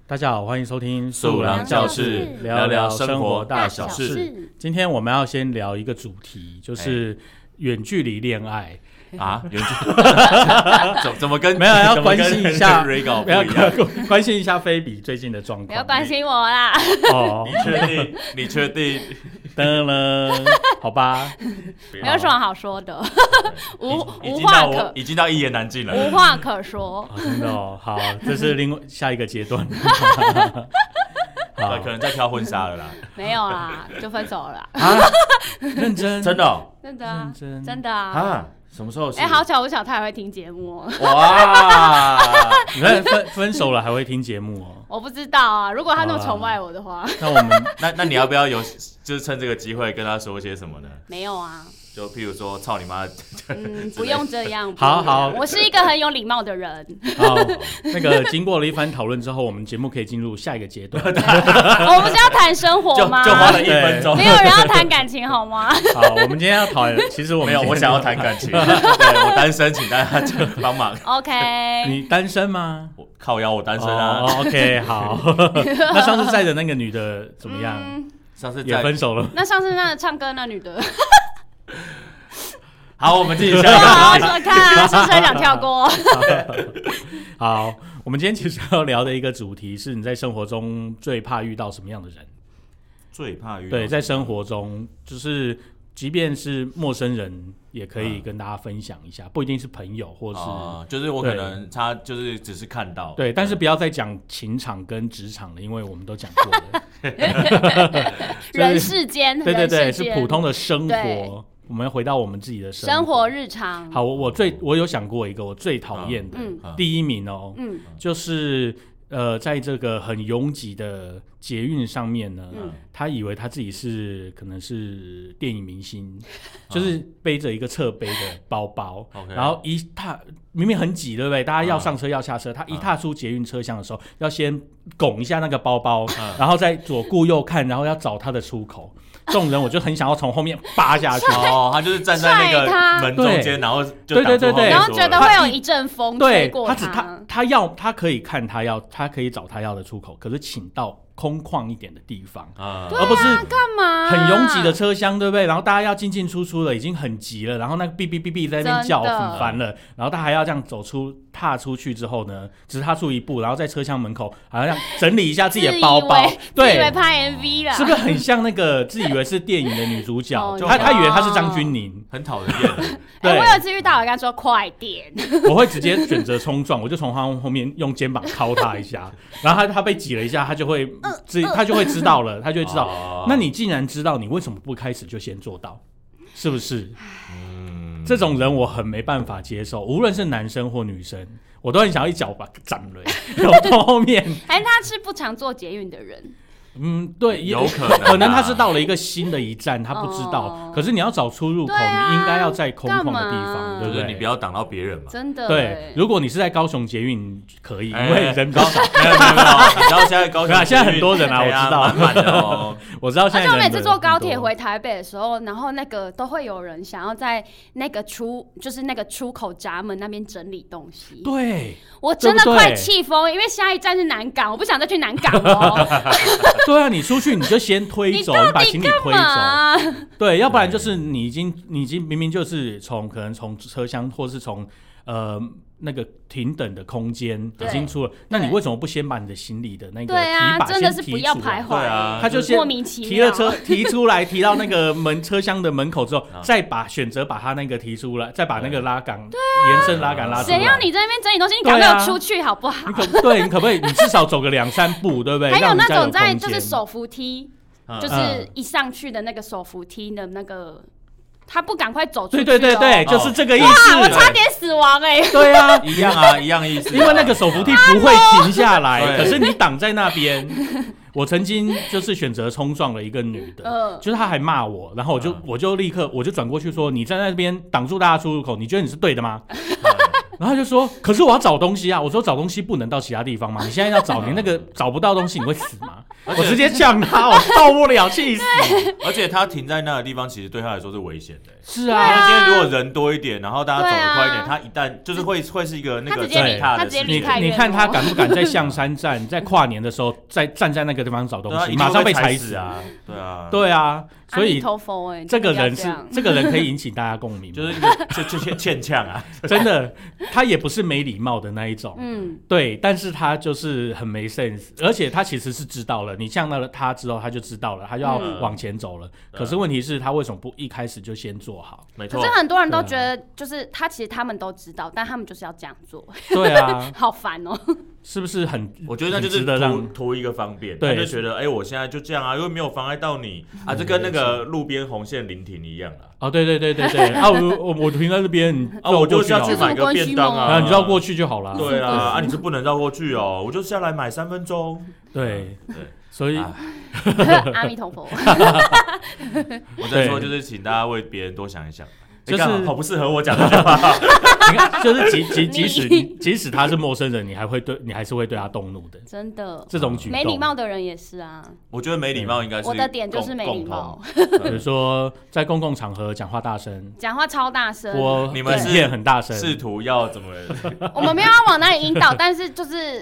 大家好，欢迎收听素郎教室，聊聊生活大小事。 今天我们要先聊一个主题，就是远距离恋爱啊，远距怎么跟没有要关心一下， 不一关心一下菲比最近的状况。 不要关心我啦！ 哦， 你确定？ 噔了，好吧， 没有什么好说的，无话可， 已经到一言难尽了， 无话可说。 真的哦，好，这是下一个阶段。 可能在挑婚纱了啦。 没有啦，就分手了啦。 认真， 真的哦， 真的啊， 认真， 真的啊。 啊，什么时候？ 好巧不巧，他还会听节目哦。 哇， 你看分手了还会听节目哦？ 我不知道啊，如果他那么崇拜我的话， 那我们那你要不要就是趁这个机会跟他说些什么呢？ 没有啊。 就譬如说，操你妈！ 不用这样。 好， 我是一个很有礼貌的人。 好，那个经过了一番讨论之后，我们节目可以进入下一个阶段。 我们是要谈生活吗？ 就花了1分钟。 没有人要谈感情好吗？ 好，我们今天要讨论，其实我们没有，我想要谈感情。对，我单身，请大家就帮忙。 OK。 你单身吗？ 靠腰，我单身啊。 OK， 好。那上次载的那个女的怎么样？ 上次也分手了。 那上次那个唱歌那女的。 好，我们进行下一个。 好，说看啊，是不是想跳过？ 好，我们今天其实要聊的一个主题是你在生活中最怕遇到什么样的人？ 最怕遇到对，在生活中，就是即便是陌生人，也可以跟大家分享一下，不一定是朋友，或是就是我可能他就是只是看到， 对，但是不要再讲情场跟职场了，因为我们都讲过了。 人世间， 对，是普通的生活。我们回到我们自己的生活日常。 好，我有想过一个我最讨厌的第一名哦，就是在这个很拥挤的捷运上面呢，他以为他自己可能是电影明星，就是背着一个侧背的包包，然后明明很挤，对不对？大家要上车要下车，他一踏出捷运车厢的时候，要先拱一下那个包包，然后再左顾右看，然后要找他的出口。这种人我就很想要从后面扒下去。 他就是站在那个门中间，然后就对， 然后觉得会有一阵风吹过他可以看他可以找他要的出口，可是请到空旷一点的地方，而不是干嘛很拥挤的车厢，对不对？然后大家要进进出出了，已经很急了，然后那个哔哔哔哔在那边叫，很烦了。然后他还要这样踏出去之后呢，只踏出一步，然后在车厢门口好像整理一下自己的包包， 对，自以为拍 MV 了， 是不是很像那个自以为是电影的女主角？他以为她是张钧甯， 很讨人厌。 对，我有一次遇到，我跟他说快点， 我会直接选择冲撞，我就从他后面用肩膀敲他一下，然后他被挤了一下，他就会知道了，他就会知道。那你既然知道，你为什么不开始就先做到？是不是？这种人我很没办法接受，无论是男生或女生，我都很想要一脚把他斩了，然后到后面。 还是他是不常坐捷运的人？ 对， 有可能他是到了一个新的一站，他不知道。可是你要找出入口，你应该要在空旷的地方，对不对？ 你不要挡到别人嘛。 真的。 对，如果你是在高雄捷运可以，因为人比较少。 没有，你知道现在高雄现在很多人啊，我知道， 满满的哦。 我知道现在。 而且我每次坐高铁回台北的时候，然后那个都会有人想要在那个就是那个出口闸门那边整理东西。 对。 我真的快气疯，因为下一站是南港，我不想再去南港哦。 对啊，你出去你就先推走，你把行李推走。对，要不然就是你已经明明就是可能从车厢或是从那个停等的空间已经出了，那你为什么不先把你的行李的那个提把真的是不要徘徊啊？ 他就先莫名其妙提出来，提到那个车厢的门口之后，再选择把他那个提出来，再把那个拉杆延伸拉杆拉出来。 谁要你在那边整理东西？你赶快给我出去好不好？ 你可不可以？你至少走个2-3步，对不对？ 还有那种在就是手扶梯，就是一上去的那个手扶梯的那个。他不赶快走出去， 对，就是这个意思。 哇，我差点死亡对啊， 一样意思。 因为那个手扶梯不会停下来，可是你挡在那边。我曾经就是选择冲撞了一个女的，就是她还骂我，然后我就立刻转过去说：“你在那边挡住大家出入口，你觉得你是对的吗？” 然后他就说，可是我要找东西啊。我说找东西不能到其他地方吗？你现在要找，你那个找不到东西你会死吗？我直接呛他，我受不了，气死。 而且他停在那个地方，其实对他来说是危险的。 是啊， 因为今天如果人多一点，然后大家走得快一点，他一旦就是会是一个那个踩踏的事情。 你看他敢不敢在象山站，在跨年的时候站在那个地方找东西，马上被踩死啊！对啊。所以这个人可以引起大家共鸣， 就是欠呛啊！ 真的，他也不是没礼貌的那一种，对，但是他就是很没 sense， 而且他其实是知道了，你呛到了他之后，他就知道了，他就要往前走了。可是问题是，他为什么不一开始就先做好？ 没错。 可是很多人都觉得，就是其实他们都知道，但他们就是要这样做。 对啊， 好烦哦。 是不是很？ 我觉得那就是图一个方便，他就觉得我现在就这样啊，又没有妨碍到你啊，这跟那个路边红线临停一样啦。 哦，对啊，我停在这边， 我就是要去买个便当啊， 你绕过去就好了。 对啊，你是不能绕过去哦，我就下来买3分钟。 对，所以阿弥陀佛。 我在说就是请大家为别人多想一想。 就是好不适合我讲这句话。 你看，就是即使他是陌生人，你还是会对他动怒的。 真的， 这种举动， 没礼貌的人也是啊。 我觉得没礼貌应该是我的点就是没礼貌。 比如说在公共场合讲话大声， 讲话超大声， 你们是很大声， 试图要怎么？ 我们没有要往那里引导，但是就是。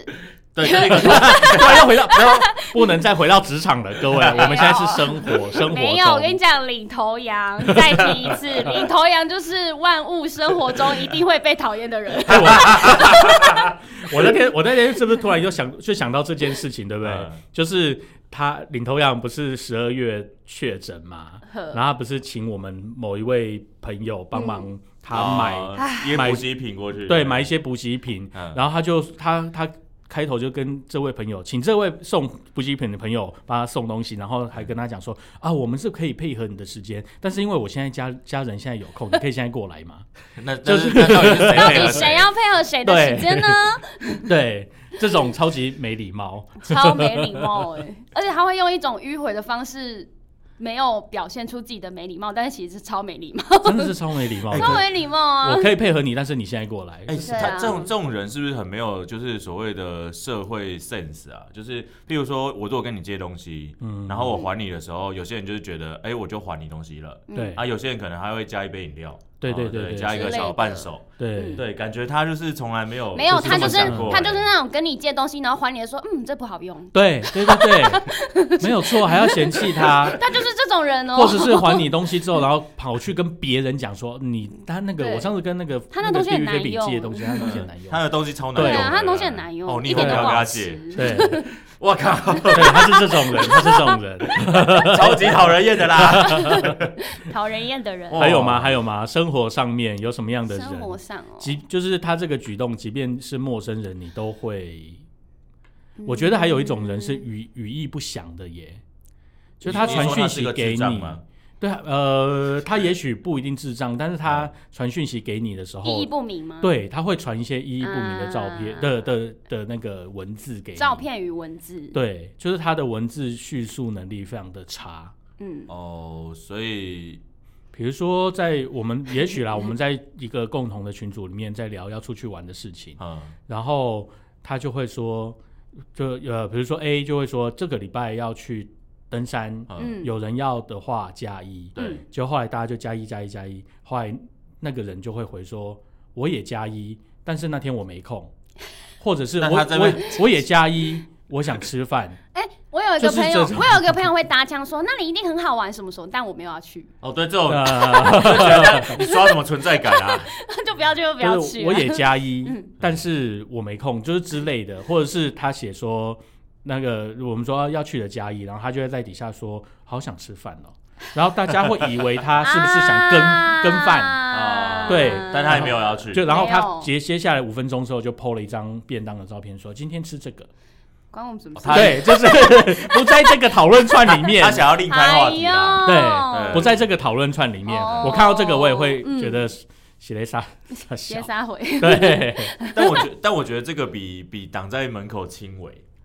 对，要不能再回到职场了，各位，我们现在是生活没有，我跟你讲，领头羊，再提一次，领头羊就是万物生活中一定会被讨厌的人。 我那天是不是突然就想到这件事情，对不对？就是他领头羊不是12月确诊嘛，然后他不是请我们某一位朋友帮忙他买补给品过去， 对，买一些补给品，然后他开头就跟这位朋友，请这位送补给品的朋友帮他送东西，然后还跟他讲说啊，我们是可以配合你的时间，但是因为我现在家人现在有空，你可以现在过来吗？ 那就是到底谁要配合谁的时间呢？ 对，这种超级没礼貌， 超没礼貌而且他会用一种迂回的方式。没有表现出自己的没礼貌，但是其实是超没礼貌， 真的是超没礼貌， 超没礼貌啊！ 我可以配合你，但是你现在过来， 他这种人是不是很没有就是所谓的社会 sense 啊？就是譬如说我如果跟你借东西，然后我还你的时候，有些人就是觉得，我就还你东西了， 对啊，有些人可能还会加一杯饮料。 对， 加一个小伴手，对，感觉他就是从来没有， 他就是那种跟你借东西，然后还你的说，这不好用， 对，没有错，还要嫌弃他， 他就是这种人哦， 或者是还你东西之后，然后跑去跟别人讲说，他那个我上次跟那个他那东西很难用， 借的东西，他东西很难用， 他的东西超难用， 对啊，他的东西很难用， 你以后不要跟他借， 对。 我靠！ 对，他是这种人， 超级讨人厌的啦， 讨人厌的人。 还有吗？生活上面有什么样的人？ 生活上就是他这个举动，即便是陌生人，你都会。我觉得还有一种人是语义不详的耶，就是他传讯息给你。对，他也许不一定智障，但是他传讯息给你的时候， 意义不明吗？ 对，他会传一些意义不明的照片的那个文字给你。 照片与文字， 对，就是他的文字叙述能力非常的差。 所以， 比如说也许啦，我们在一个共同的群组里面在聊要出去玩的事情，然后他就会说，比如说 A 就会说这个礼拜要去登山，有人要的话加1，对，就后来大家就加1，后来那个人就会回说我也加1，但是那天我没空，或者是我也加1，我想吃饭。 我有一个朋友会搭腔说那里一定很好玩什么什么，但我没有要去。 对，这种你刷什么存在感啊？ 就不要去。 我也加1，但是我没空，就是之类的，或者是他写说。那个我们说要去的加1，然后他就会在底下说好想吃饭哦，然后大家会以为他是不是想跟饭对， 但他也没有要去， 然后他接下来5分钟之后就 po 了一张便当的照片，说今天吃这个， 关我们什么事？ 对，就是不在这个讨论串里面， 他想要另开话题啦， 对，不在这个讨论串里面，我看到这个我也会觉得。写撒回， 对， 但我觉得这个比挡在门口轻微。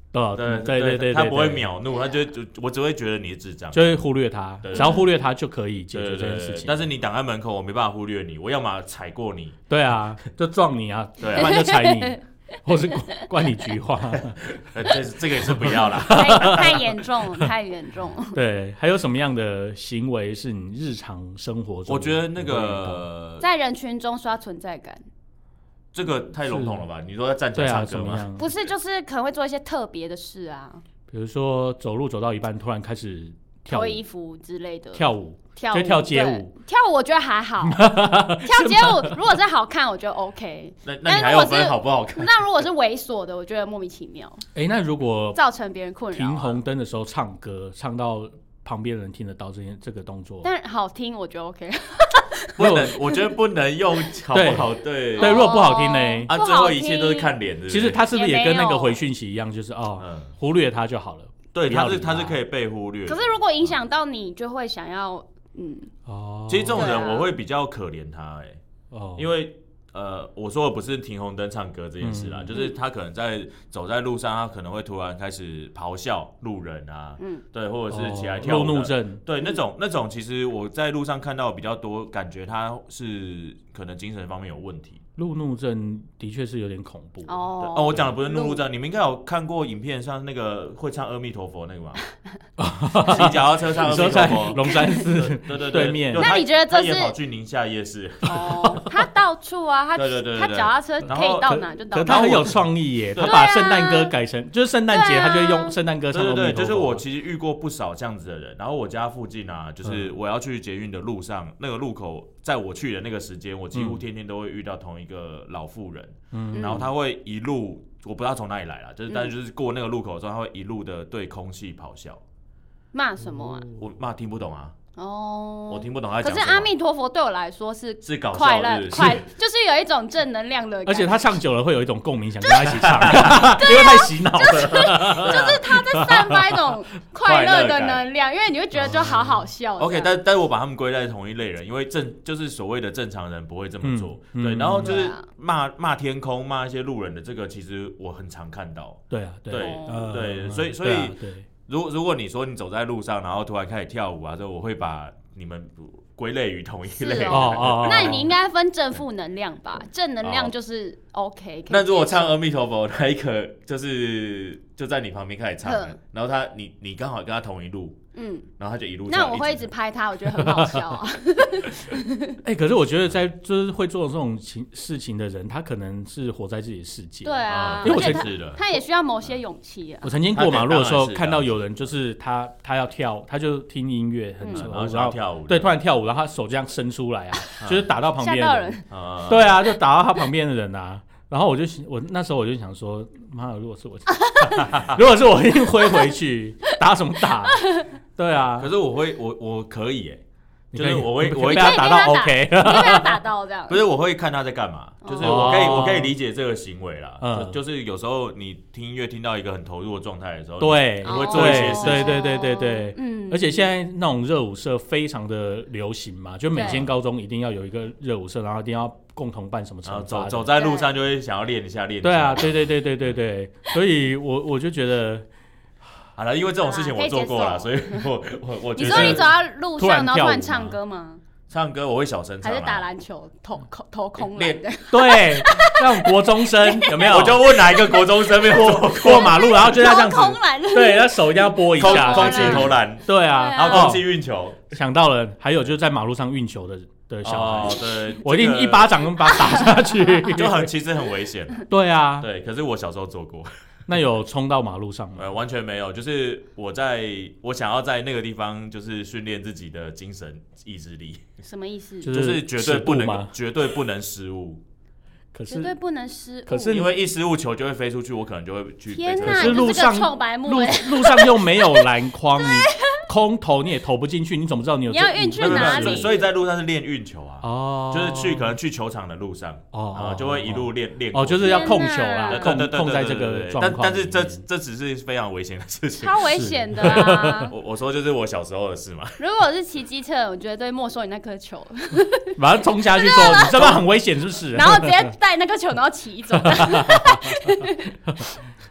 对， 他不会秒怒，我只会觉得你是智障， 就会忽略他，只要忽略他就可以解决这件事情。 但是你挡在门口，我没办法忽略你，我要么踩过你， 对啊，就撞你啊，不然就踩你，或是灌你菊花。 这个也是不要啦， 太严重了，太严重了。 对，还有什么样的行为是你日常生活中？ 我觉得那个在人群中刷存在感。 这个太笼统了吧？你说要站起来唱歌吗？ 不是，就是可能会做一些特别的事啊， 比如说走路走到一半，突然开始脱衣服之类的， 跳舞，就跳街舞。 跳舞我觉得还好，跳街舞如果是好看，我觉得 OK。 那你还有分好不好看？ 那如果是猥琐的，我觉得莫名其妙。 那如果造成别人困扰， 停红灯的时候唱歌，唱到旁边人听得到这个动作， 但好听，我觉得 OK。 不能，我觉得不能用好不好？对， 如果不好听呢？ 最后一切都是看脸的。 其实他是不是也跟那个回讯息一样，就是忽略他就好了？ 对，他是可以被忽略。 可是如果影响到你，就会想要其实这种人我会比较可怜他因为我说的不是停红灯唱歌这件事啦，就是他可能走在路上，他可能会突然开始咆哮路人啊，对，或者是起来跳舞路怒症， 对，那种其实我在路上看到比较多，感觉他是可能精神方面有问题。 路怒症的确是有点恐怖我讲的不是路怒症，你们应该有看过影片，像那个会唱阿弥陀佛那个吗？骑脚踏车唱阿弥陀佛， 龙山寺对面。 那你觉得这是？ 他也跑去宁夏夜市他到处啊，他脚踏车可以到哪就到哪。 可他很有创意耶，他把圣诞歌改成就是圣诞节，他就会用圣诞歌唱阿弥陀佛。 对，就是我其实遇过不少这样子的人，然后我家附近啊，就是我要去捷运的路上，那个路口，在我去的那个时间，我几乎天天都会遇到同一个老妇人，然后他会一路，我不知道从哪里来啦，但是就是过那个路口的时候，他会一路的对空气咆哮， 骂什么啊？ 我骂听不懂啊。我听不懂他讲什么。 可是阿弥陀佛对我来说是搞笑快乐，就是有一种正能量的感觉。 而且他唱久了会有一种共鸣，想跟他一起唱，因为太洗脑了。 就是他在散发一种快乐的能量，因为你会觉得就好好笑。 OK， 但是我把他们归在同一类人，因为就是所谓的正常人不会这么做。对，然后就是骂天空、骂一些路人的这个，其实我很常看到。 对， 所以。如果你说你走在路上，然后突然开始跳舞啊，我会把你们归类于同一类。 那你应该分正负能量吧？正能量就是 OK。 那如果唱阿弥陀佛，那一刻就在你旁边开始唱，然后你刚好跟他同一路，然后他就一路唱。 那我会一直拍他，我觉得很好笑啊。 可是我觉得就是会做这种事情的人，他可能是活在自己的世界。 对啊， 因为他也需要某些勇气啊。 我曾经过马路的时候看到有人，就是他要跳，他就听音乐很久， 然后跳舞， 对，突然跳舞，然后他手这样伸出来啊，就是打到旁边的人， 对啊，就打到他旁边的人啊。然后我那时候我就想说，妈的，如果是我一定挥回去，打什么打？对啊， 可是我可以就是我会被他打到 OK， 你被他打到这样。 不是，我会看他在干嘛，就是我可以理解这个行为啦。就是有时候你听音乐听到一个很投入的状态的时候， 对， 你会做一些事情。 对，而且现在那种热舞社非常的流行嘛，就每间高中一定要有一个热舞社，然后一定要共同办什么惩罚， 走在路上就会想要练一下。 对啊，对，所以我就觉得。 好了，因为这种事情我做过了，所以我觉得。 你说你走到路上，然后突然唱歌吗？ 唱歌我会小声唱， 还是打篮球投空篮的？ 对，那种国中生有没有？ 我就问哪一个国中生没有过马路，然后就要这样子， 投空篮， 对，那手一定要拨一下， 空气投篮， 对啊， 然后空气运球。 想到了，还有就是在马路上运球的小孩， 对， 我一定一巴掌把他打下去， 其实很危险。 对啊， 对，可是我小时候做过。 那有冲到马路上吗？ 完全没有，就是我想要在那个地方就是训练自己的精神意志力。 什么意思？ 就是绝对不能失误。 绝对不能失误。 可是因为一失误球就会飞出去，我可能就会去。 天哪，你这个臭白目！ 路上又没有篮筐，你空投你也投不进去，你怎么知道你有？ 你要运去哪里？ 所以在路上是练运球啊。就是可能去球场的路上，就会一路练。 就是要控球啦，控在这个状况。 但是这只是非常危险的事情， 超危险的啊！ 我说就是我小时候的事嘛。 如果我是骑机车，我绝对没收你那颗球， 马上冲下去说你这么很危险，是不是？ 然后直接带那颗球，然后骑走。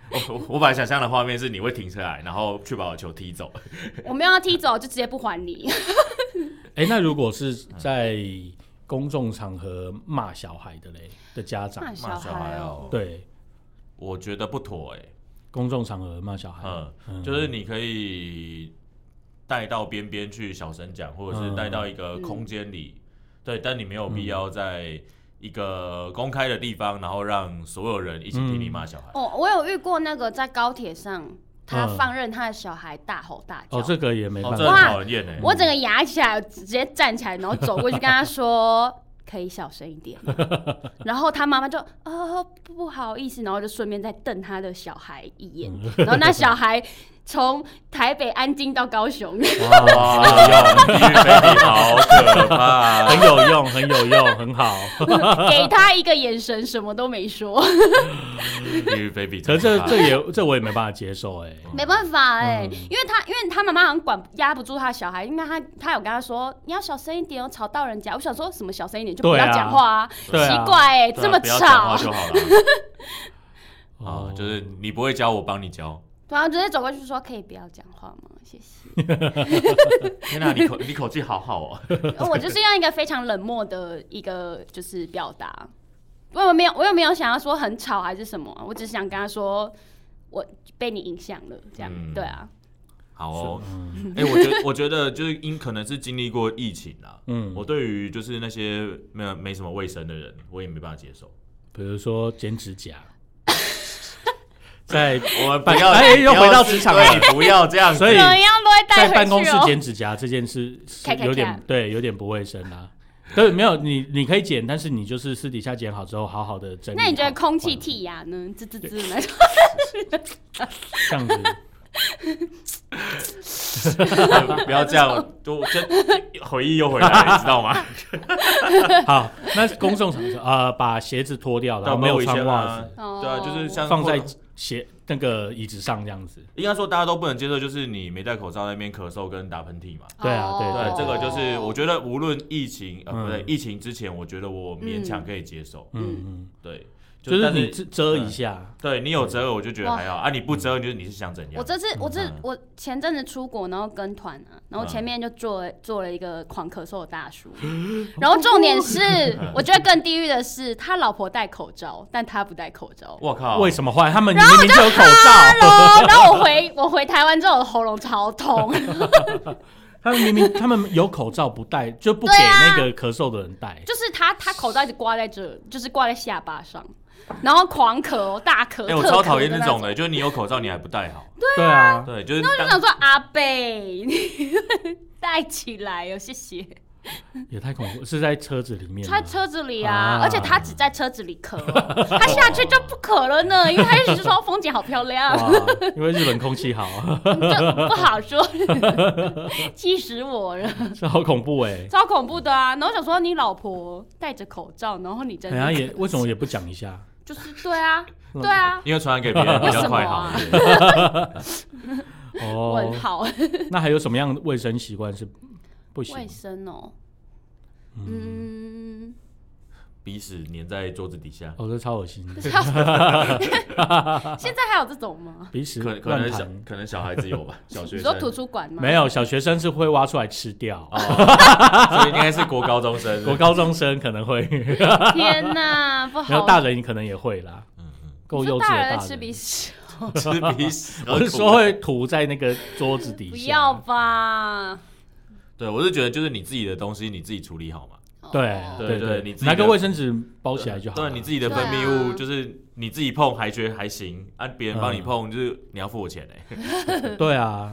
我本来想象的画面是你会停车来，然后去把我球踢走。 我没有要踢走，就直接不还你。 那如果是在公众场合骂小孩的家长， 骂小孩哦， 对， 我觉得不妥公众场合骂小孩， 就是你可以带到边边去小声讲，或者是带到一个空间里，对，但你没有必要在一个公开的地方，然后让所有人一起听你骂小孩。 我有遇过那个在高铁上。他放任他的小孩大吼大叫， 这个也没办法， 这很讨人厌我整个牙起来，直接站起来，然后走过去跟他说：“可以小声一点吗？”然后他妈妈就不好意思，然后就顺便再瞪他的小孩一眼，然后那小孩从台北安静到高雄， 哇，好可怕， 很有用，很有用，很好。 给他一个眼神，什么都没说。 可是这我也没办法接受没办法因为他妈妈好像压不住他的小孩，因为他有跟他说你要小声一点吵到人家。我想说什么小声一点就不要讲话啊，奇怪这么吵， 不要讲话就好了。就是你不会教我帮你教。 然后直接走过去说：“可以不要讲话吗？谢谢。” 天哪，你口气好好哦。 我就是用一个非常冷漠的一个就是表达，我又没有想要说很吵还是什么，我只是想跟他说我被你影响了，这样对啊。 好哦，我觉得就是可能是经历过疫情啦，我对于就是那些没什么卫生的人，我也没办法接受。 比如说剪指甲。 我们又回到职场了， 你不要这样， 所以怎样都会带回去。 在办公室剪指甲这件事有点不卫生啦。对，没有你可以剪，但是你就是私底下剪好之后，好好的整理。 那你觉得空气剔牙呢？滋滋滋那种， 这样子。 不要这样，就回忆又回来了，你知道吗？ 好，那公众场所把鞋子脱掉，然后没有穿袜子， 对啊，就是像放在那个椅子上这样子。 应该说大家都不能接受，就是你没戴口罩那边咳嗽跟打喷嚏嘛。 对啊，对， 这个就是我觉得无论疫情不对，疫情之前，我觉得我勉强可以接受。对。 就是你遮一下， 对你有遮我就觉得还好啊，你不遮就是你是想怎样？ 我前阵子出国，然后跟团啊，然后前面就坐了一个狂咳嗽的大叔，然后重点是，我觉得更地狱的是，他老婆戴口罩，但他不戴口罩。 我靠， 为什么会？他们明明就有口罩。 然后我回台湾之后，我的喉咙超痛。 他们有口罩不戴，就不给那个咳嗽的人戴。 就是他口罩一直挂在这，就是挂在下巴上。然后狂咳，大咳。 我超讨厌那种的，就是你有口罩你还不戴好。 对啊， 对，就是。 那我就想说，阿贝，你戴起来哦，谢谢。 也太恐怖，是在车子里面。 在车子里啊，而且他只在车子里咳，他下去就不咳了呢，因为他一直说风景好漂亮。 因为日本空气好， 就不好说，气死我了。 这好恐怖超恐怖的啊！然后我想说，你老婆戴着口罩，然后你真的为什么也不讲一下？ 就是对啊，因为传染给别人比较快好。 问号。 那还有什么样的卫生习惯是不行？ 卫生哦， 鼻屎粘在桌子底下， 这超恶心的。 现在还有这种吗？ 鼻屎可能小孩子有吧，小学生。 你说图书馆吗？ 没有，小学生是会挖出来吃掉， 所以应该是国高中生。 国高中生可能会。 天哪，不好。 然后大人可能也会啦，够幼稚的大人。 吃鼻屎， 吃鼻屎。 我是说会涂在那个桌子底下。 不要吧。 对，我是觉得就是你自己的东西你自己处理好嘛。 对， 你自己拿个卫生纸包起来就好。 对，你自己的分泌物就是你自己碰还觉得还行，别人帮你碰就是你要付我钱对啊，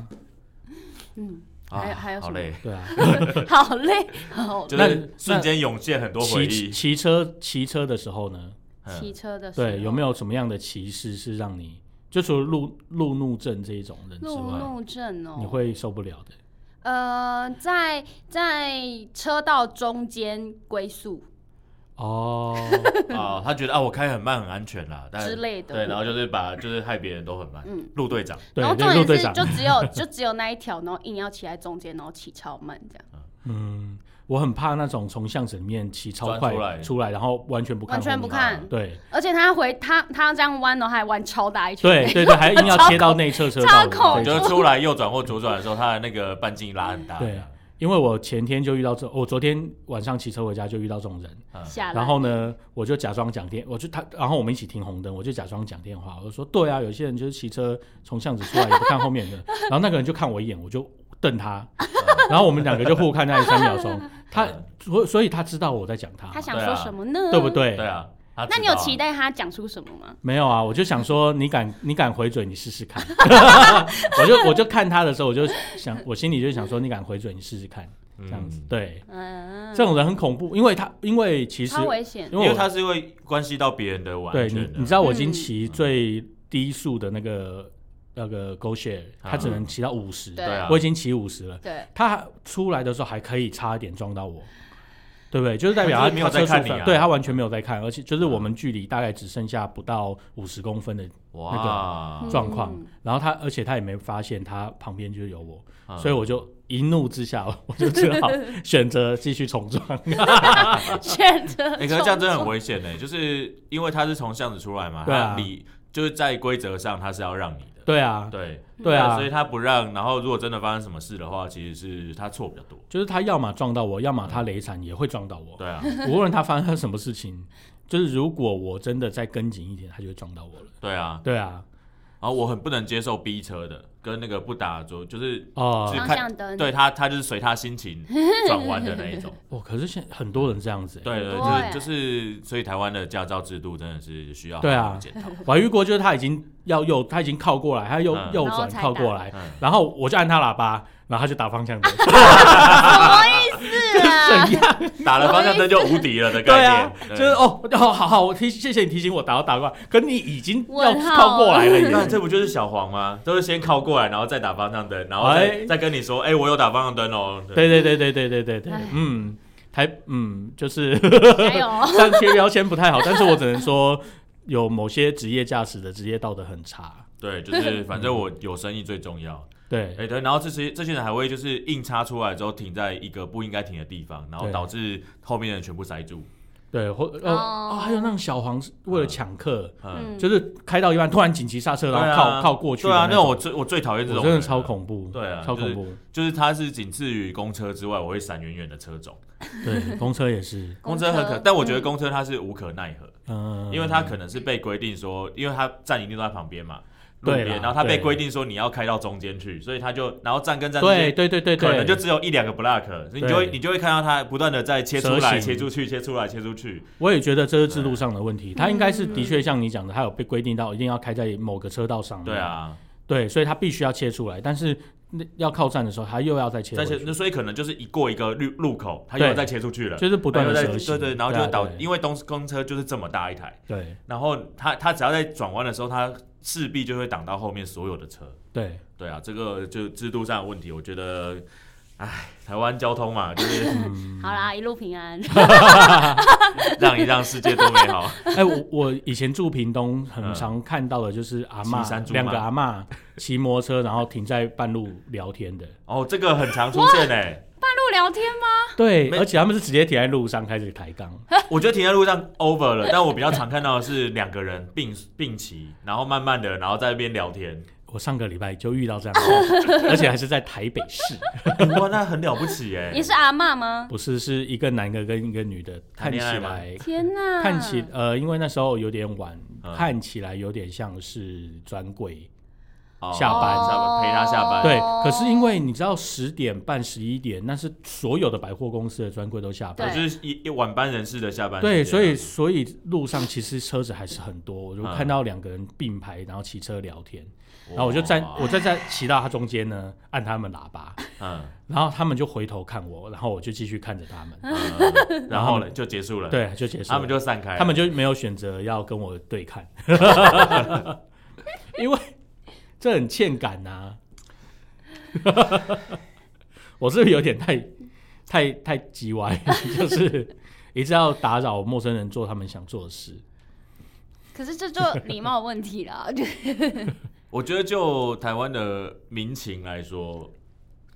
还有什么？ 好累， 对啊， 好累， 就是瞬间涌现很多回忆。 骑车的时候呢？ 骑车的时候， 对，有没有什么样的骑士是让你就除了路怒症这一种人之外， 路怒症你会受不了的？ 在车道中间龟速。 他觉得我开很慢很安全啦，之类的。 对，然后就是害别人都很慢。路队长。 然后重点是就只有那一条，然后硬要骑在中间，然后骑超慢这样。 我很怕那种从巷子里面骑超快出来，然后完全不看， 完全不看， 对。 而且他这样弯的，还弯超大一圈， 对，还硬要贴到内侧车道， 就是出来右转或左转的时候，他的那个半径拉很大。 对，因为我前天就遇到我昨天晚上骑车回家就遇到这种人，然后呢，我就假装讲然后我们一起停红灯，我就假装讲电话，我就说对啊，有些人就是骑车从巷子出来也不看后面的，然后那个人就看我一眼，我就瞪他。然后我们两个就互看那3秒钟，所以他知道我在讲他。 他想说什么呢？ 对不对？ 对啊。 那你有期待他讲出什么吗？ 没有啊，我就想说你敢回嘴，你试试看。我就看他的时候，我心里就想说你敢回嘴，你试试看，这样子。对，这种人很恐怖，因为其实超危险， 因为他是会关系到别人的完全的。 对，你知道我已经骑最低速的那个 GoShare， 他只能骑到50， 对啊， 我已经骑50了。 对，他出来的时候还可以差一点撞到我，对不对？就是代表他没有在看你啊， 对，他完全没有在看，而且就是我们距离大概只剩下不到50公分的那个状况，然后而且他也没发现他旁边就是有我，所以我就一怒之下，我就只好选择继续冲撞。 选择， 可是这样真的很危险呢，就是因为他是从巷子出来嘛， 对啊， 就是在规则上他是要让你的。 对啊， 对啊，所以他不让，然后如果真的发生什么事的话，其实是他错比较多。 就是他要么撞到我，要么他雷惨也会撞到我。 对啊， 无论他发生什么事情，就是如果我真的再跟紧一点，他就会撞到我了。 对啊， 对啊。 然后我很不能接受逼车的，跟那个不打就是方向灯， 对他就是随他心情转弯的那一种。 可是现在很多人这样子。 对，就是所以台湾的驾照制度真的是需要检讨。 我还遇过，就是他已经靠过来，他右转靠过来，然后我就按他喇叭，然后他就打方向灯。 什么意思啊？ 怎样？ 打了方向灯就无敌了的概念。 对啊，就是好，谢谢你提醒我打过来，可你已经要靠过来了。 那这不就是小黄吗？都是先靠过来，然后再打方向灯，然后再跟你说，我有打方向灯哦。 对，就是加油。 这样贴标签不太好，但是我只能说，有某些职业驾驶的职业道德很差。 对，就是反正我有生意最重要。 对， 对，然后这些人还会就是硬插出来之后停在一个不应该停的地方，然后导致后面的人全部塞住。 对，还有那种小黄为了抢客，就是开到一半突然紧急刹车，然后靠过去。 对啊，那我最讨厌这种， 真的超恐怖。 对啊， 超恐怖。 就是它是仅次于公车之外，我会闪远远的车种。 对，公车也是。 公车很但我觉得公车它是无可奈何，因为它可能是被规定说，因为它站一定都在旁边嘛。对，然后他被规定说你要开到中间去，所以他就然后站跟站之间， 对，可能就只有1-2个 block， 你就会看到他不断的在切出来、切出去、切出来、切出去。 我也觉得这是制度上的问题，他应该是的确像你讲的，他有被规定到一定要开在某个车道上面。 对啊， 对，所以他必须要切出来，但是要靠站的时候，他又要再切回去， 所以可能就是过一个路口，他又要再切出去了， 就是不断的蛇行。 对，然后就因为公车就是这么大一台， 对， 然后他只要在转弯的时候，他势必就会挡到后面所有的车。对啊，这个就制度上的问题，我觉得，台湾交通嘛，就是好啦，一路平安， 让一让世界多美好。 我以前住屏东，很常看到的就是2个阿嬷骑摩托车，然后停在半路聊天的。 这个很常出现半路聊天吗？ 对，而且他们是直接停在路上开始抬杠。 我觉得停在路上 over 了，但我比较常看到的是2个人并骑，然后慢慢的，然后在那边聊天。 我上个礼拜就遇到这样的，而且还是在台北市。 哇，那很了不起耶！ 也是阿嬷吗？ 不是，是一个男的跟一个女的，看起来天哪， 因为那时候有点晚，看起来有点像是专柜。下班陪他下班。 对，可是因为你知道10点半、11点，那是所有的百货公司的专柜都下班， 就是一晚班人士的下班。 对，所以路上其实车子还是很多，我就看到2个人并排，然后骑车聊天，然后我就再骑到他中间呢，按他们喇叭，然后他们就回头看我，然后我就继续看着他们， 然后呢就结束了。 对，就结束了， 他们就散开了， 他们就没有选择要跟我对看，因为这很欠感呐。我是不是有点太叽歪，就是一直要打扰陌生人做他们想做的事。 可是这就礼貌问题啦。 我觉得就台湾的民情来说，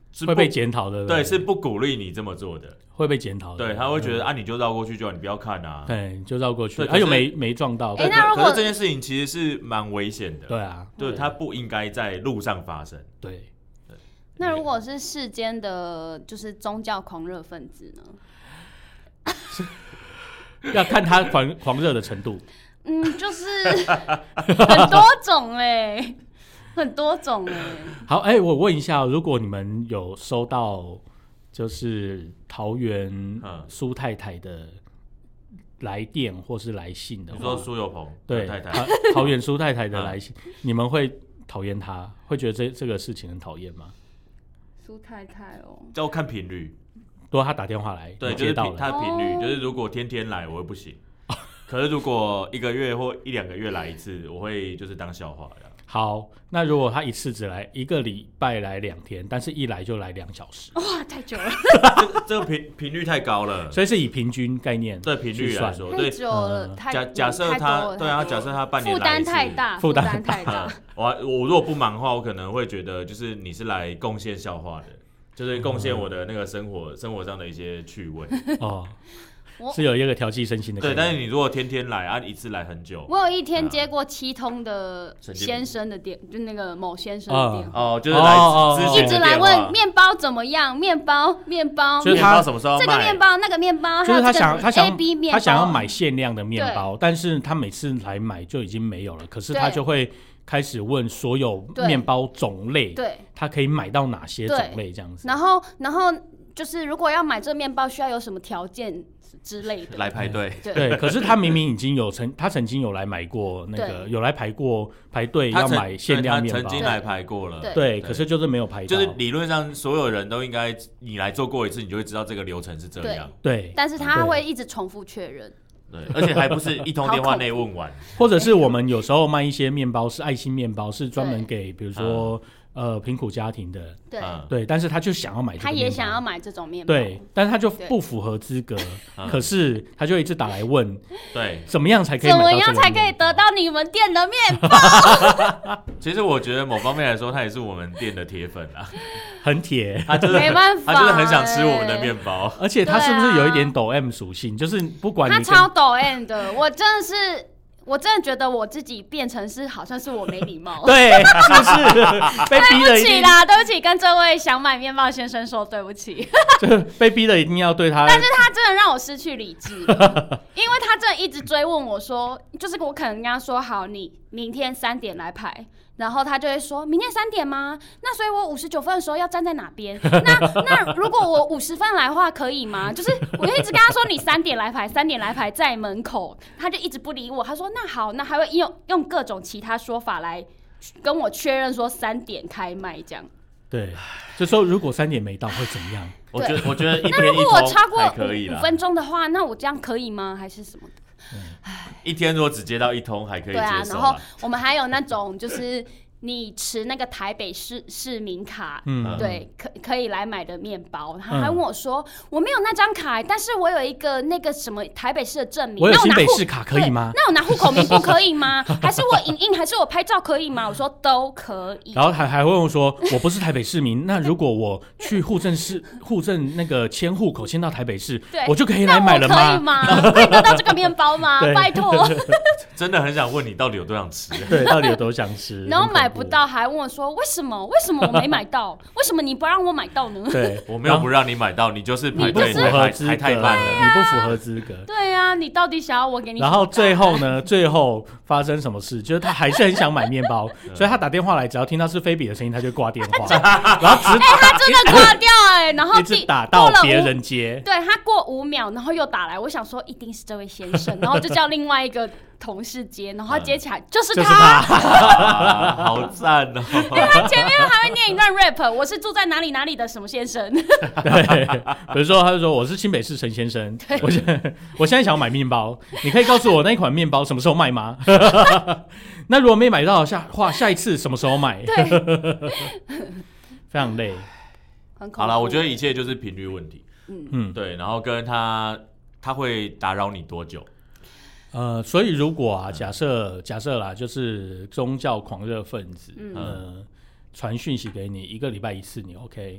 会被检讨的， 对，是不鼓励你这么做的， 会被检讨的。 对，他会觉得你就绕过去就好，你不要看啊。 对，就绕过去，又没撞到。 那可是这件事情其实是蛮危险的。 对啊， 对，它不应该在路上发生。 对。 那如果是世间的就是宗教狂热分子呢？ 要看他狂热的程度。 就是很多种很多种好，我问一下，如果你们有收到就是桃园苏太太的来电或是来信的话， 你说苏有朋对太太， 桃园苏太太的来信，你们会讨厌她，会觉得这个事情很讨厌吗？ 苏太太要看频率。 如果她打电话来， 对，就是她频率，就是如果天天来，我会不行。可是如果1个月或1-2个月来一次，我会就是当笑话的。 好，那如果他一次只来1个礼拜来2天，但是一来就来2小时， 哇，太久了。 这个频率太高了， 所以是以平均概念对频率来说， 太久了， 假设他对啊，假设他半年来一次， 负担太大。 我如果不忙的话，我可能会觉得就是你是来贡献笑话的，就是贡献我的那个生活上的一些趣味哦。是有一个调剂身心的概念。 对，但是你如果天天来一次来很久。 我有一天接过7通的先生的电，就那个某先生的电话， 就是来咨询， 一直来问面包怎么样，面包， 就是他什么时候卖这个面包那个面包， 就是他想要买限量的面包，但是他每次来买就已经没有了，可是他就会开始问所有面包种类，对，他可以买到哪些种类这样子。 然后就是如果要买这面包，需要有什么条件之类的来排队， 对。可是他明明已经他曾经有来买过那个，有来排队要买限量面包， 他曾经来排过了， 对。可是就是没有排到， 就是理论上所有人都应该你来做过一次，你就会知道这个流程是这样， 对。 但是他会一直重复确认， 对，而且还不是一通电话内问完， 或者是我们有时候卖一些面包是爱心面包，是专门给比如说。贫苦家庭的，对，但是他就想要买这个面包， 他也想要买这种面包， 对，但是他就不符合资格，可是他就一直打来问， 对， 怎么样才可以买到这个面包， 怎么样才可以得到你们店的面包？ 其实我觉得某方面来说，他也是我们店的铁粉啊， 很铁， 他就是没办法， 他就是很想吃我们的面包， 而且他是不是有一点抖 M 属性？就是不管他超抖 M 的，我真的觉得我自己变成是好像是我没礼貌， 对，是不是？被逼的， 对不起啦，对不起，跟这位想买面包的先生说对不起。 被逼的一定要对他， 但是他真的让我失去理智，因为他真的一直追问我说，就是我可能跟他说好，你明天3点来排。然后他就会说明天3点吗？那所以我59分的时候要站在哪边？那如果我50分来的话可以吗？就是我就一直跟他说你3点来排在门口，他就一直不理我。他说那好，那还会用各种其他说法来跟我确认说3点开卖这样。 对，就说如果3点没到会怎么样？ 我觉得一天那如果我超过 5 分钟的话，那我这样可以吗？还是什么的？ 一天如果只接到1通还可以接受。对啊， 然后我们还有那种就是你持那个台北市民卡，对，可以来买的面包。他还问我说，我没有那张卡，但是我有一个那个什么台北市的证明， 我有新北市卡可以吗？ 那我拿户口名簿可以吗？还是我影印，还是我拍照可以吗？我说都可以。 然后还问我说，我不是台北市民，那如果我去户政那个迁户口迁到台北市，我就可以来买了吗？ 可以吗？可以得到这个面包吗？拜托。 真的很想问你到底有多想吃？ 对，到底有多想吃？ 然后买不到，还问我说为什么我没买到？为什么你不让我买到呢？ 对，我没有不让你买到，你就是排队还太慢了， 你不符合资格。 对啊，你到底想要我给你？ 然后最后发生什么事？就是他还是很想买面包，所以他打电话来，只要听到是菲比的声音，他就挂电话，然后他真的挂掉然后一直打到别人接。 对，他过5秒，然后又打来，我想说一定是这位先生，然后就叫另外一个同事接，然后他接起来就是他， 好赞哦！ 因为他前面还会念一段 rap， 我是住在哪里哪里的什么先生。 对，比如说他就说我是新北市陈先生，我现在想要买面包，你可以告诉我那一款面包什么时候卖吗？那如果没买到下一次什么时候买？ 对， 非常累。 好了，我觉得一切就是频率问题。对，然后跟他会打扰你多久？ 所以如果假设啦，就是宗教狂热分子，传讯息给你1个礼拜1次，你 OK？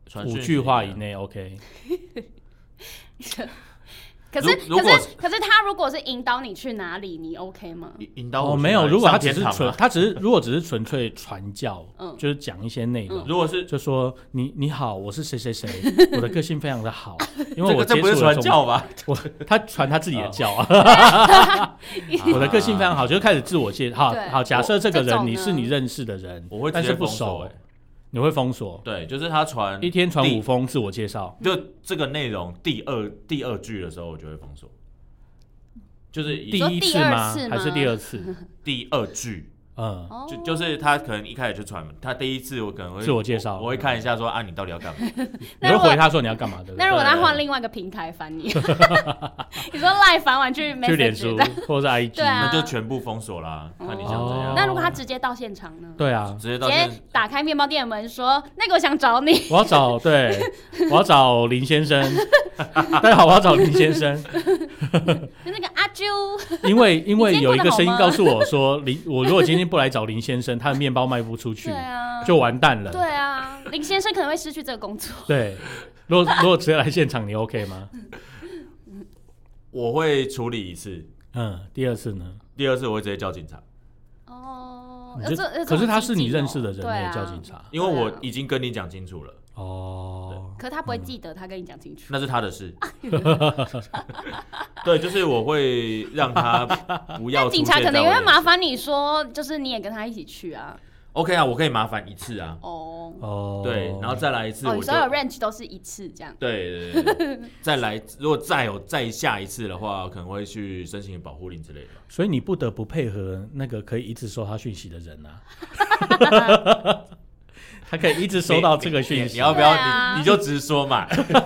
5句话以内 OK。 可是他如果是引导你去哪里，你 OK 吗？ 引导我没有，如果他只是如果只是纯粹传教，就是讲一些内容， 如果是就说你好，我是谁谁谁，我的个性非常的好，因为我这不是传教吧？ 他传他自己的教啊，我的个性非常好，就开始自我介绍。好，假设这个人你是你认识的人， 我会但是不熟。你会封锁？ 对，就是他一天传5封自我介绍， 就这个内容第二句的时候，我就会封锁。就是第一次吗？还是第二次？ 第2句，就是他可能一开始就传，他第一次我可能会自我介绍， 我会看一下说你到底要干嘛？ 你会回他说你要干嘛的？ 那如果他换另外一个平台烦你，你说赖烦完去 message 去脸书或者是 IG， 那就全部封锁啦。看你想怎样。 那如果他直接到现场呢？ 对啊， 直接打开面包店的门说：“那个我想找你。” 我要找林先生。大家好，我要找林先生。 就那个阿啾。 因为有一个声音告诉我说，我如果今天不来找林先生，他的面包卖不出去，就完蛋了。 对啊，林先生可能会失去这个工作。 对，如果直接来现场，你 OK 吗？ 我会处理一次。 第二次呢？ 第二次我会直接叫警察。 可是他是你认识的人，你也叫警察？ 因为我已经跟你讲清楚了。 可他不会记得他跟你讲清楚， 那是他的事。对，就是我会让他不要出现在我的。 警察可能也会麻烦你说，就是你也跟他一起去啊。 OK 啊，我可以麻烦1次啊。对，然后再来1次。 所有 range 都是1次这样。 对，再来，如果再下一次的话，可能会去申请保护令之类的。 所以你不得不配合那个可以一直收他讯息的人啊。他可以一直收到这个讯息， 你要不要？你就直说嘛。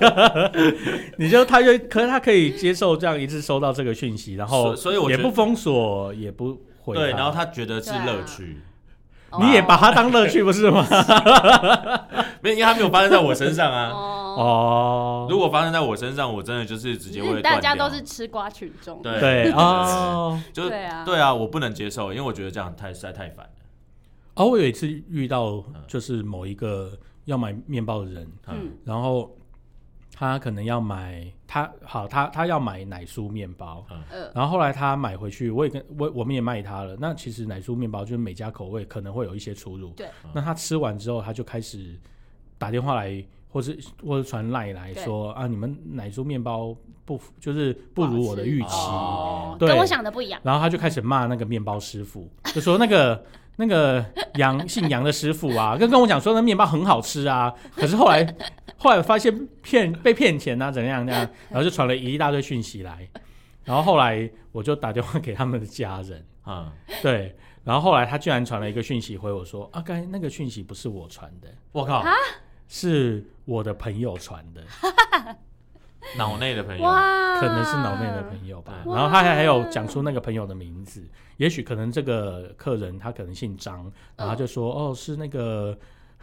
可是他可以接受这样一直收到这个讯息，然后所以我也不封锁，也不回他。 对，然后他觉得是乐趣。 你也把它当乐趣不是吗？ 没有，因为他没有发生在我身上啊。如果发生在我身上，我真的就是直接会断掉。 大家都是吃瓜群众。 对就是对啊，我不能接受，因为我觉得这样实在太烦了。 我有一次遇到就是某一个要买面包的人，然后他可能要买他要买奶酥面包，然后后来他买回去，我们也卖他了。那其实奶酥面包就是每家口味可能会有一些出入， 对。 那他吃完之后，他就开始打电话来，或者传 LINE 来说你们奶酥面包不如我的预期，对， 跟我想的不一样。 然后他就开始骂那个面包师傅，就说那个姓杨的师傅啊，跟我讲说那面包很好吃啊，可是后来发现被骗钱啊，怎样，然后就传了一大堆讯息来，然后后来我就打电话给他们的家人，对，然后后来他居然传了一个讯息回我说刚才那个讯息不是我传的， 我靠， 是我的朋友传的。 脑内的朋友， 可能是脑内的朋友吧。然后他还有讲出那个朋友的名字，也许可能这个客人他可能姓张，然后他就说是那个。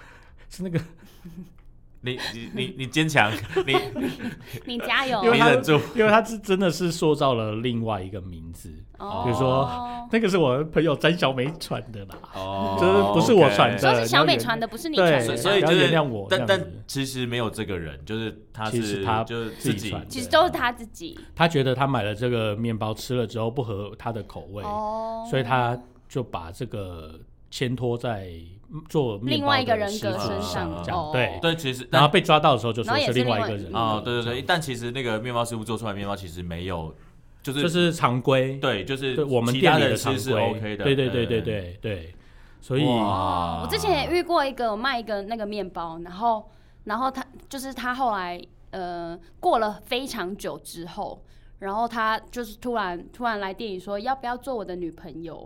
你坚强， 你加油， 你忍住， 因为他是真的是塑造了另外一个名字，比如说那个是我朋友詹小美传的啦，就是不是我传的， 说是小美传的，不是你传的， 所以就是原谅我。 但其实没有这个人，就是他就是自己， 其实都是他自己。 他觉得他买了这个面包吃了之后不合他的口味，所以他就把这个牵拖在做面包的另外一个人格身上， 对， 其实然后被抓到的时候就说是另外一个人对，但其实那个面包师傅做出来的面包其实没有， 就是常规， 对，就是我们店里的常规是 OK 的， 对，所以我之前也遇过一个我卖一个那个面包，然后他后来过了非常久之后，然后他就是突然来店里说要不要做我的女朋友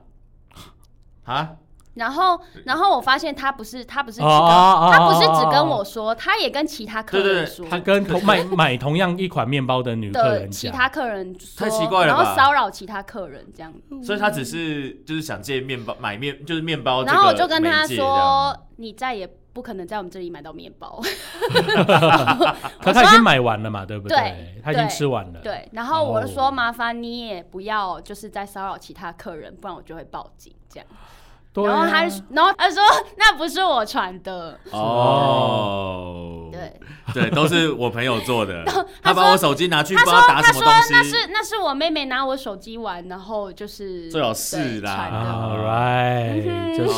然后我发现他不是只跟我说，他也跟其他客人说， 他跟买同样一款面包的女客人讲， 其他客人说， 太奇怪了吧， 然后骚扰其他客人这样子， 所以他只是就是想借面包就是面包， 然后我就跟他说，你再也不可能在我们这里买到面包。 可他已经买完了嘛，对不对？他已经吃完了。 对，然后我就说，麻烦你也不要就是在骚扰其他客人，不然我就会报警这样。 然后他说那不是我传的哦，对，都是我朋友做的。他把我手机拿去不知道打什么东西。 他说那是我妹妹拿我手机玩，然后就是最好是啦。 All right， 就是。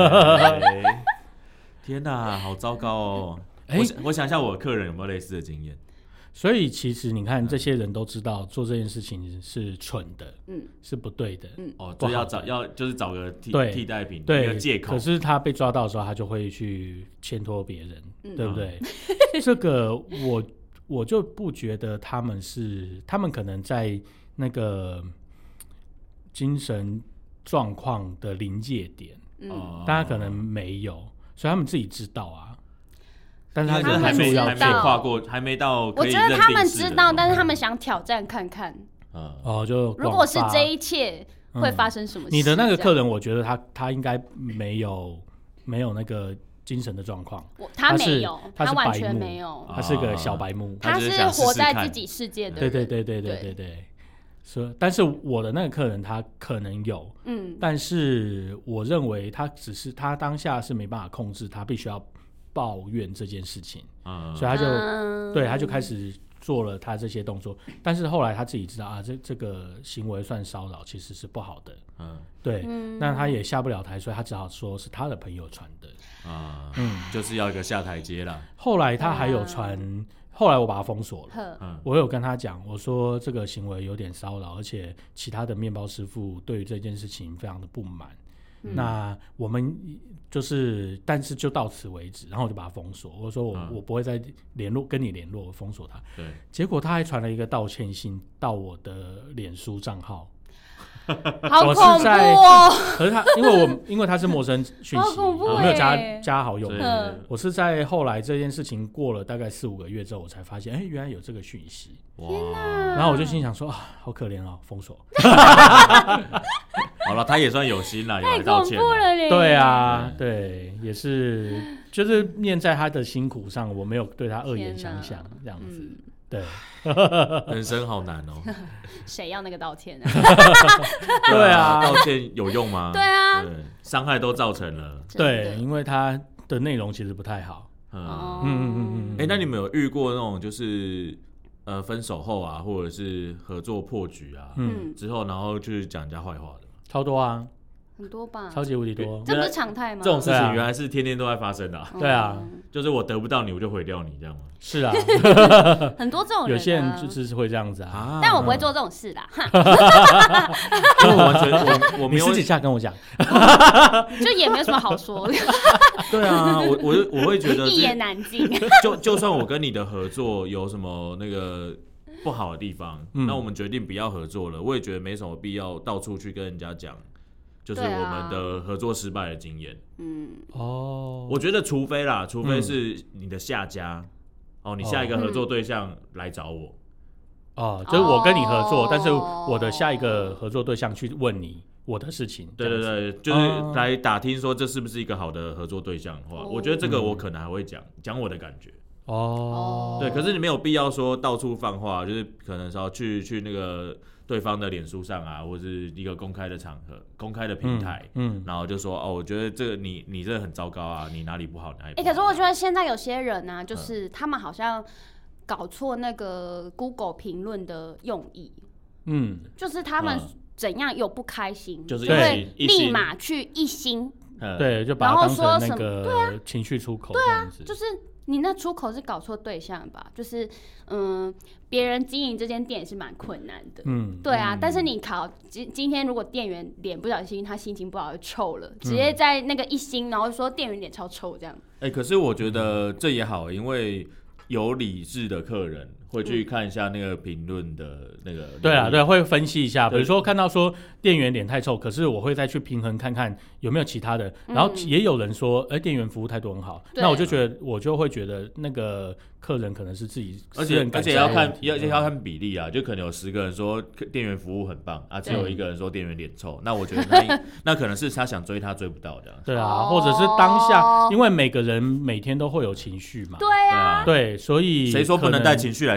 Okay. 天哪，好糟糕哦！我想一下，我的客人有没有类似的经验？ 所以其实你看，这些人都知道做这件事情是蠢的，是不对的， 就就是找个替代品，一个借口。 可是他被抓到的时候，他就会去牵拖别人，对不对？这个我就不觉得他们可能在那个精神状况的临界点，大家可能没有，所以他们自己知道啊。但是他还没跨过，还没到可以认定是的。 我觉得他们知道，但是他们想挑战看看。 就如果是这一切会发生什么事？ 你的那个客人，我觉得他应该没有那个精神的状况。 他没有，他完全没有。 他是个小白目， 他是活在自己世界的人。 对。但是我的那个客人他可能有，但是我认为他他当下是没办法控制，他必须要抱怨这件事情，所以他就开始做了他这些动作，但是后来他自己知道啊，这个行为算骚扰，其实是不好的，对，那他也下不了台，所以他只好说是他的朋友传的， 就是要一个下台阶啦。 后来他还有传，后来我把他封锁了，我有跟他讲，我说这个行为有点骚扰，而且其他的面包师傅对于这件事情非常的不满。那我们但是就到此为止，然后我就把他封锁。我说我不会再跟你联络，我封锁他。 对， 结果他还传了一个道歉信到我的脸书账号， 好恐怖哦！ 可是因为他是陌生讯息，我没有加好友。我是在后来这件事情过了大概4-5个月之后，我才发现，原来有这个讯息。 天哪！ 然后我就心想说好可怜哦，封锁。 好了，他也算有心了，有来道歉。 太恐怖了你。 对啊，对，也是，就是念在他的辛苦上，我没有对他恶言相向，这样子。对， 人生好难哦。 谁要那个道歉对啊，道歉有用吗？ 对啊， 伤害都造成了。 对，因为他的内容其实不太好。 那你们有遇过那种就是分手后啊，或者是合作破局啊，之后然后去讲人家坏话的？ 超多啊， 很多吧， 超级无敌多。 这不是常态吗？ 这种事情原来是天天都在发生的。 对啊， 就是我得不到你，我就毁掉你，这样吗？ 是啊， 很多这种人， 有些人就是会这样子啊。 但我不会做这种事啦。 因为我完全我没有， 你私底下跟我讲， 就也没有什么好说的。 对啊，我会觉得一言难尽。 就算我跟你的合作有什么那个不好的地方，那我们决定不要合作了，我也觉得没什么必要到处去跟人家讲，就是我们的合作失败的经验。我觉得除非是你的下家，你下一个合作对象来找我， 就是我跟你合作，但是我的下一个合作对象去问你我的事情， 对，就是来打听说这是不是一个好的合作对象的话，我觉得这个我可能还会讲我的感觉。对，可是你没有必要说到处放话，就是可能说去那个对方的脸书上啊，或者是一个公开的场合、公开的平台，然后就说我觉得这个你这个很糟糕啊，你哪里不好哪里不好。 可是我觉得现在有些人啊，就是他们好像搞错那个 Google 评论的用意，就是他们怎样有不开心， 就是会立马去一星， 对，就把它当成那个情绪出口，这样子， 就是。你那出口是搞错对象吧？就是别人经营这间店也是蛮困难的，对啊。但是你今天如果店员脸不小心他心情不好就臭了，直接在那个一星，然后说店员脸超臭这样。 可是我觉得这也好，因为有理智的客人会去看一下那个评论的那个， 对，会分析一下。比如说看到说店员脸太臭，可是我会再去平衡看看有没有其他的。然后也有人说，店员服务态度很好，那我就会觉得那个客人可能是自己而且要看比例啊，就可能有10个人说店员服务很棒啊，只有1个人说店员脸臭，那我觉得那可能是他想追他追不到这样。 对啊，或者是当下，因为每个人每天都会有情绪嘛。 对啊， 对，所以谁说不能带情绪来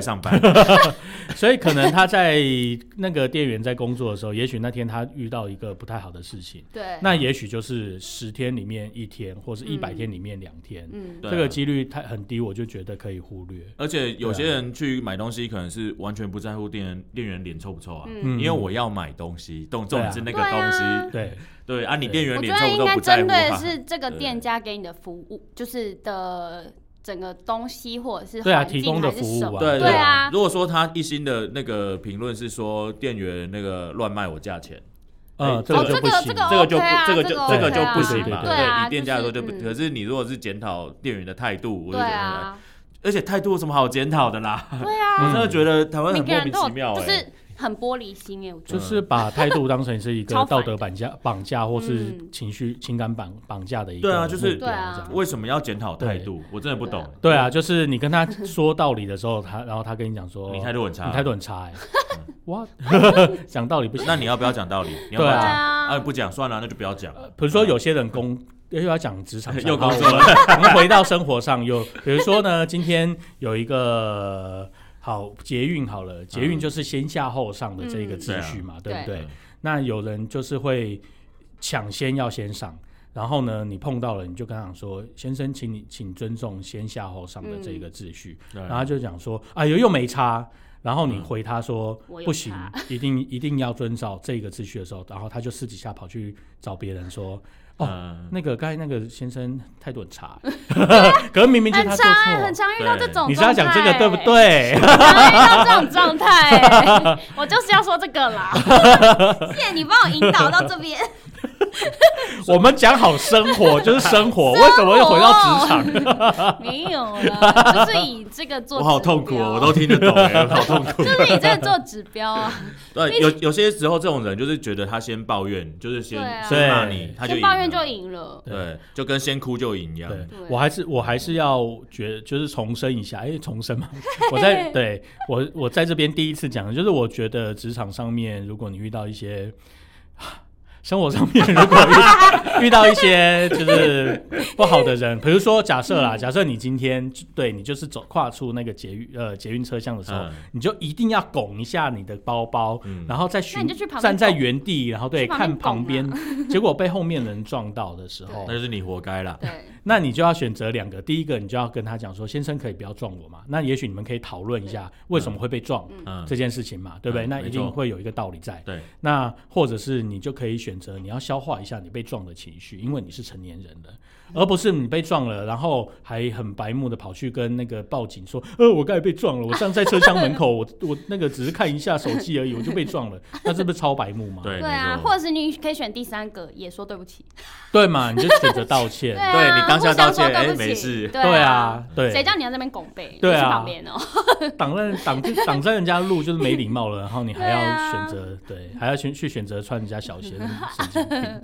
上班。 所以可能他在那个店员在工作的时候，也许那天他遇到一个不太好的事情， 对， 那也许就是10天里面1天，或是100天里面2天，这个几率很低，我就觉得可以忽略。 而且有些人去买东西，可能是完全不在乎店员脸臭不臭啊，因为我要买东西，重点是那个东西，对啊，你店员脸臭不臭不在乎。我觉得应该针对的是这个店家给你的服务，就是的。整个东西或者是环境提供的服务啊， 对啊。如果说他一星的那个评论是说店员那个乱卖我价钱， 这个就不行， 这个就不行嘛。对，以店家来说就不。可是你如果是检讨店员的态度，我就觉得，而且态度有什么好检讨的啦？ 对啊， 我真的觉得台湾很莫名其妙， 就是很玻璃心我觉得就是把态度当成是一个道德绑架或是情感绑架的一个。 对啊，就是为什么要检讨态度？我真的不懂。 对啊，就是你跟他说道理的时候，然后他跟你讲说你态度很差， 你态度很差哇，讲道理不行， 那你要不要讲道理？你要不要讲？不讲算了，那就不要讲。 比如说有些人又要讲职场上， 又工作了， 我们回到生活上又，比如说呢，今天有一个。好，捷运好了，捷运就是先下后上的这个秩序嘛，对不对？那有人就是会抢先要先上，然后呢，你碰到了，你就跟他讲说：“先生，请尊重先下后上的这个秩序。”然后他就讲说：“哎呦，又没差。”然后你回他说：“不行，一定要遵照这个秩序的时候，然后他就私底下跑去找别人说。”那个刚才那个先生态度很差，可是明明就是他做错， 很常遇到这种。 你是要讲这个对不对？ 很常遇到这种状态，我就是要说这个啦。谢谢你帮我引导到这边。 我们讲好生活就是生活，为什么又回到职场？ 没有啦，就是以这个做。 我好痛苦哦，我都听得懂哎，好痛苦。 就是以这个做指标啊。 对，有些时候这种人就是觉得他先抱怨，就是先骂你，他就先抱怨就赢了。 对，就跟先哭就赢一样。 我还是要就是重申一下，重申嘛。我在这边第一次讲的就是，我觉得职场上面，如果你遇到一些。生活上面如果遇到一些就是不好的人，比如说假设你今天你就是跨出那个捷运车厢的时候，你就一定要拱一下你的包包，然后再站在原地，然后看旁边，结果被后面人撞到的时候， 那就是你活该啦。 那你就要选择2个，第一个你就要跟他讲说，先生可以不要撞我嘛？那也许你们可以讨论一下为什么会被撞这件事情嘛，对不对？那一定会有一个道理在。 对， 那或者是你就可以选择你要消化一下你被撞的情绪，因为你是成年人了，而不是你被撞了，然后还很白目的跑去跟那个报警说，我刚才被撞了，我站在车厢门口，我那个只是看一下手机而已，我就被撞了，那是不是超白目嘛？ 对啊，或者是你可以选第3个，也说对不起。 对嘛，你就选择道歉。 对你当下道歉，没事。 对啊，对。 谁叫你要在那边拱背？ 对啊， 旁边哦， 挡在人家路就是没礼貌了，然后你还要选择还要去选择穿人家小鞋，神经病。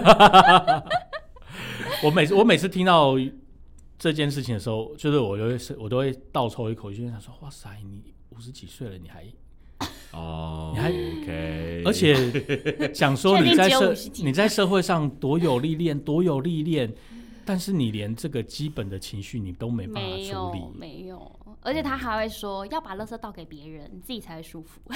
我每次听到这件事情的时候，就是我都会倒抽一口气，想说哇塞，你50几岁了，你还你还 OK， 而且想说你在社会上多有历练，但是你连这个基本的情绪你都没办法处理， 没有，而且他还会说要把垃圾倒给别人，你自己才会舒服。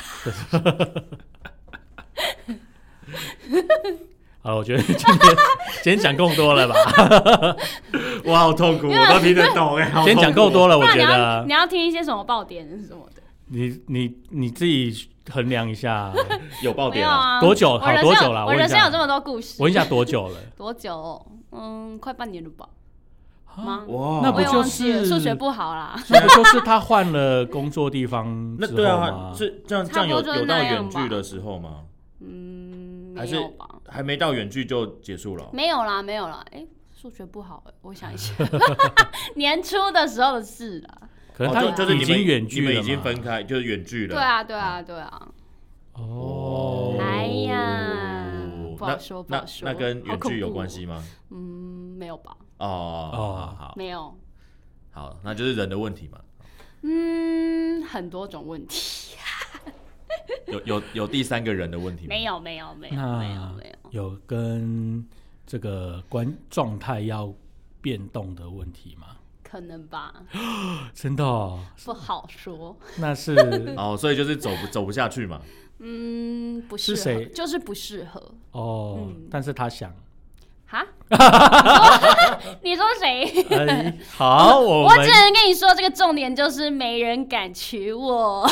好，我觉得今天讲够多了吧？ 我好痛苦，我都听得懂哎。 今天讲够多了，我觉得你要听一些什么爆点什么的。 你自己衡量一下， 有爆点啊？ 多久？好，多久了？ 我人生有这么多故事。 我问一下多久了？ 多久？快半年了吧？ 吗？哇，那不就是数学不好啦？ 那不就是他换了工作地方之后吗？ 对啊，是这样有到远距的时候吗？ 还是还没到远距就结束了？ 没有啦。数学不好，我想一下，年初的时候的事啦。 可能他就是已经远距了， 你们已经分开，就是远距了。 对啊。哦，哎呀，不好说。 那跟远距有关系吗？ 没有吧。 好， 没有。 好，那就是人的问题嘛。 很多种问题。 有第3个人的问题吗？ 没有。 有跟这个状态要变动的问题吗？ 可能吧， 真的哦， 不好说。 那是哦，所以就是走不下去嘛。 不适合， 是谁就是不适合哦，但是他想。 哈？你说谁？ 好， 我只能跟你说，这个重点就是没人敢娶我。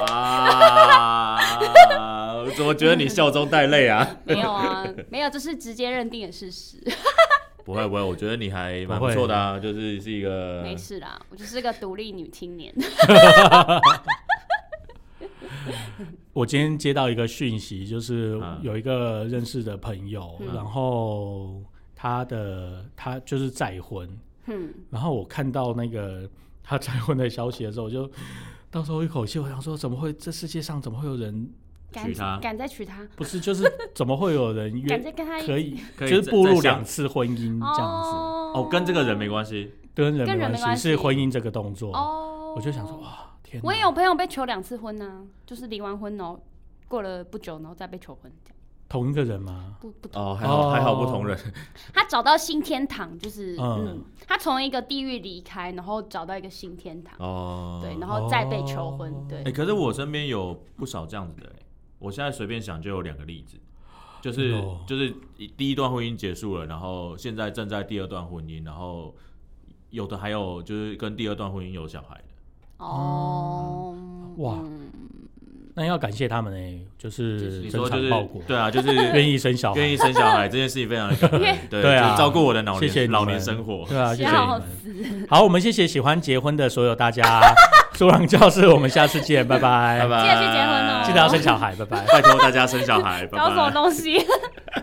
怎么觉得你笑中带泪啊？ 没有啊，没有，这是直接认定的事实。 不会，我觉得你还蛮不错的啊，就是一个没事啦，我就是个独立女青年。 我今天接到一个讯息，就是有一个认识的朋友，然后他就是再婚，然后我看到那个他再婚的消息的时候，我就倒抽一口气，我想说，这世界上怎么会有人娶她？ 敢再娶她？ 不是，就是怎么会有人敢再跟他可以就是步入2次婚姻这样子？ 哦，跟这个人没关系， 跟人没关系，是婚姻这个动作。我就想说，哇，天哪！ 我也有朋友被求2次婚啊，就是离完婚哦，过了不久，然后再被求婚这样。 同一个人吗？ 不同。 还好不同人。 他找到新天堂，就是他从一个地狱离开，然后找到一个新天堂。对，然后再被求婚。对。 可是我身边有不少这样子的，我现在随便想就有2个例子，就是第一段婚姻结束了，然后现在正在第2段婚姻，然后有的还有就是跟第2段婚姻有小孩的。 哇。那要感谢他们就是生产报国， 对啊，就是愿意生小孩， 这件事情非常的感人，对啊，照顾我的老年生活， 对啊，谢谢你们。好，我们谢谢喜欢结婚的所有大家，苏朗教室，我们下次见，拜拜， 记得去结婚哦， 记得要生小孩，拜拜， 拜托大家生小孩，拜拜。 搞什么东西？